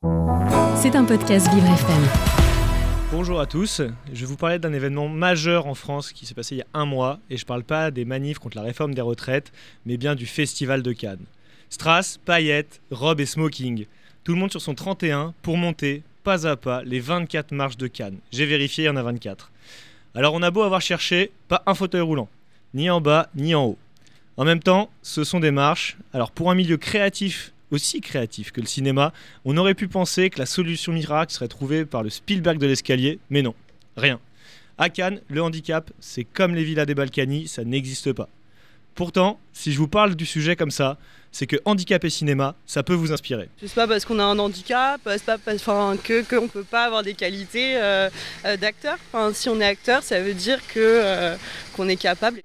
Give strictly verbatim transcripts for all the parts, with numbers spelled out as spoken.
C'est un podcast Vivre F M. Bonjour à tous, je vais vous parler d'un événement majeur en France qui s'est passé il y a un mois et je ne parle pas des manifs contre la réforme des retraites, mais bien du Festival de Cannes. Strass, paillettes, robes et smoking, tout le monde sur son trente et un pour monter, pas à pas, les vingt-quatre marches de Cannes. J'ai vérifié, il y en a vingt-quatre. Alors on a beau avoir cherché, pas un fauteuil roulant, ni en bas, ni en haut. En même temps, ce sont des marches, alors pour un milieu créatif, aussi créatif que le cinéma, on aurait pu penser que la solution miracle serait trouvée par le Spielberg de l'escalier, mais non, rien. À Cannes, le handicap, c'est comme les villas des Balkany, ça n'existe pas. Pourtant, si je vous parle du sujet comme ça, c'est que handicap et cinéma, ça peut vous inspirer. C'est pas parce qu'on a un handicap, c'est pas parce enfin, que qu'on ne peut pas avoir des qualités euh, euh, d'acteur. Enfin, si on est acteur, ça veut dire que, euh, qu'on est capable.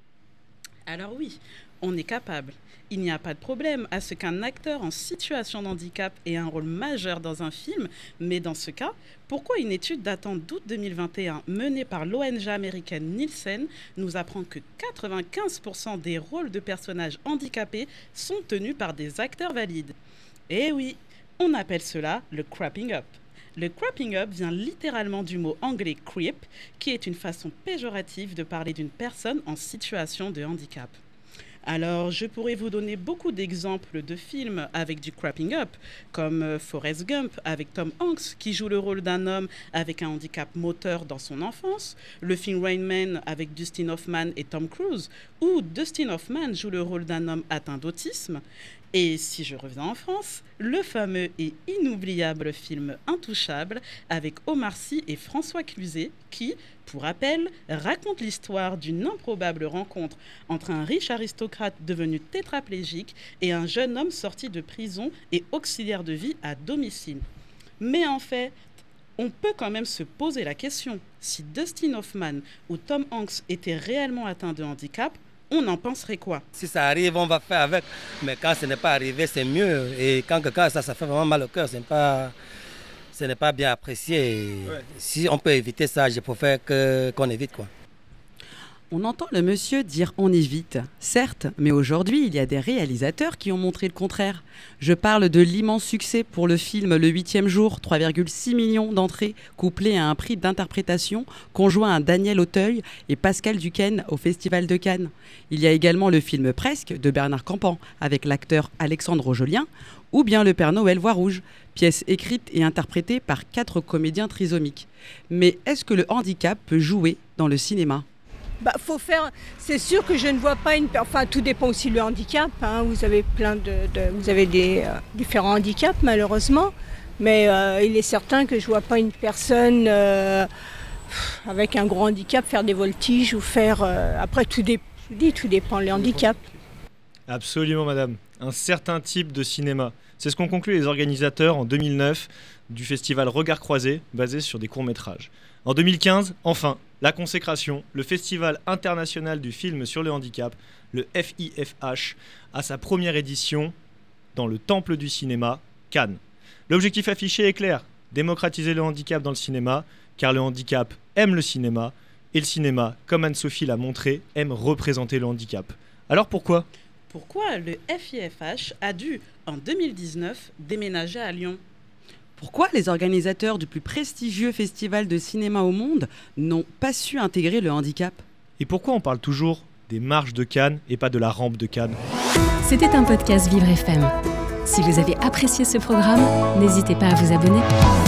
Alors oui, on est capable. Il n'y a pas de problème à ce qu'un acteur en situation de handicap ait un rôle majeur dans un film, mais dans ce cas, pourquoi une étude datant d'août deux mille vingt et un menée par l'O N G américaine Nielsen nous apprend que quatre-vingt-quinze pour cent des rôles de personnages handicapés sont tenus par des acteurs valides? Eh oui, on appelle cela le cropping up. Le cropping up vient littéralement du mot anglais creep, qui est une façon péjorative de parler d'une personne en situation de handicap. Alors, je pourrais vous donner beaucoup d'exemples de films avec du cropping up, comme Forrest Gump avec Tom Hanks, qui joue le rôle d'un homme avec un handicap moteur dans son enfance, le film Rain Man avec Dustin Hoffman et Tom Cruise, où Dustin Hoffman joue le rôle d'un homme atteint d'autisme. Et si je reviens en France, le fameux et inoubliable film Intouchable avec Omar Sy et François Cluzet qui, pour rappel, raconte l'histoire d'une improbable rencontre entre un riche aristocrate devenu tétraplégique et un jeune homme sorti de prison et auxiliaire de vie à domicile. Mais en fait, on peut quand même se poser la question, si Dustin Hoffman ou Tom Hanks étaient réellement atteints de handicap, on en penserait quoi? Si ça arrive, on va faire avec. Mais quand ce n'est pas arrivé, c'est mieux. Et quand quelqu'un ça, ça fait vraiment mal au cœur, c'est pas, ce n'est pas bien apprécié. Ouais. Si on peut éviter ça, je préfère que, qu'on évite, quoi. On entend le monsieur dire on évite, certes, mais aujourd'hui, il y a des réalisateurs qui ont montré le contraire. Je parle de l'immense succès pour le film Le Huitième Jour, trois virgule six millions d'entrées, couplé à un prix d'interprétation conjoint à Daniel Auteuil et Pascal Duquesne au Festival de Cannes. Il y a également le film Presque de Bernard Campan avec l'acteur Alexandre Aujolien, ou bien Le Père Noël voit rouge, pièce écrite et interprétée par quatre comédiens trisomiques. Mais est-ce que le handicap peut jouer dans le cinéma ? Bah, faut faire. C'est sûr que je ne vois pas une. Enfin, tout dépend aussi du handicap. Hein. Vous avez plein de, de vous avez des euh, différents handicaps malheureusement, mais euh, il est certain que je vois pas une personne euh, avec un gros handicap faire des voltiges ou faire. Euh, après, tout dé... je dis, tout dépend du handicap. Absolument, madame. Un certain type de cinéma. C'est ce qu'ont conclu les organisateurs en deux mille neuf du festival Regards Croisés, basé sur des courts-métrages. En deux mille quinze, enfin, la consécration, le Festival international du film sur le handicap, le F I F H, a sa première édition dans le temple du cinéma, Cannes. L'objectif affiché est clair, démocratiser le handicap dans le cinéma, car le handicap aime le cinéma, et le cinéma, comme Anne-Sophie l'a montré, aime représenter le handicap. Alors pourquoi ? Pourquoi le F I F H a dû, en deux mille dix-neuf, déménager à Lyon ? Pourquoi les organisateurs du plus prestigieux festival de cinéma au monde n'ont pas su intégrer le handicap ? Et pourquoi on parle toujours des marches de Cannes et pas de la rampe de Cannes ? C'était un podcast Vivre F M. Si vous avez apprécié ce programme, n'hésitez pas à vous abonner.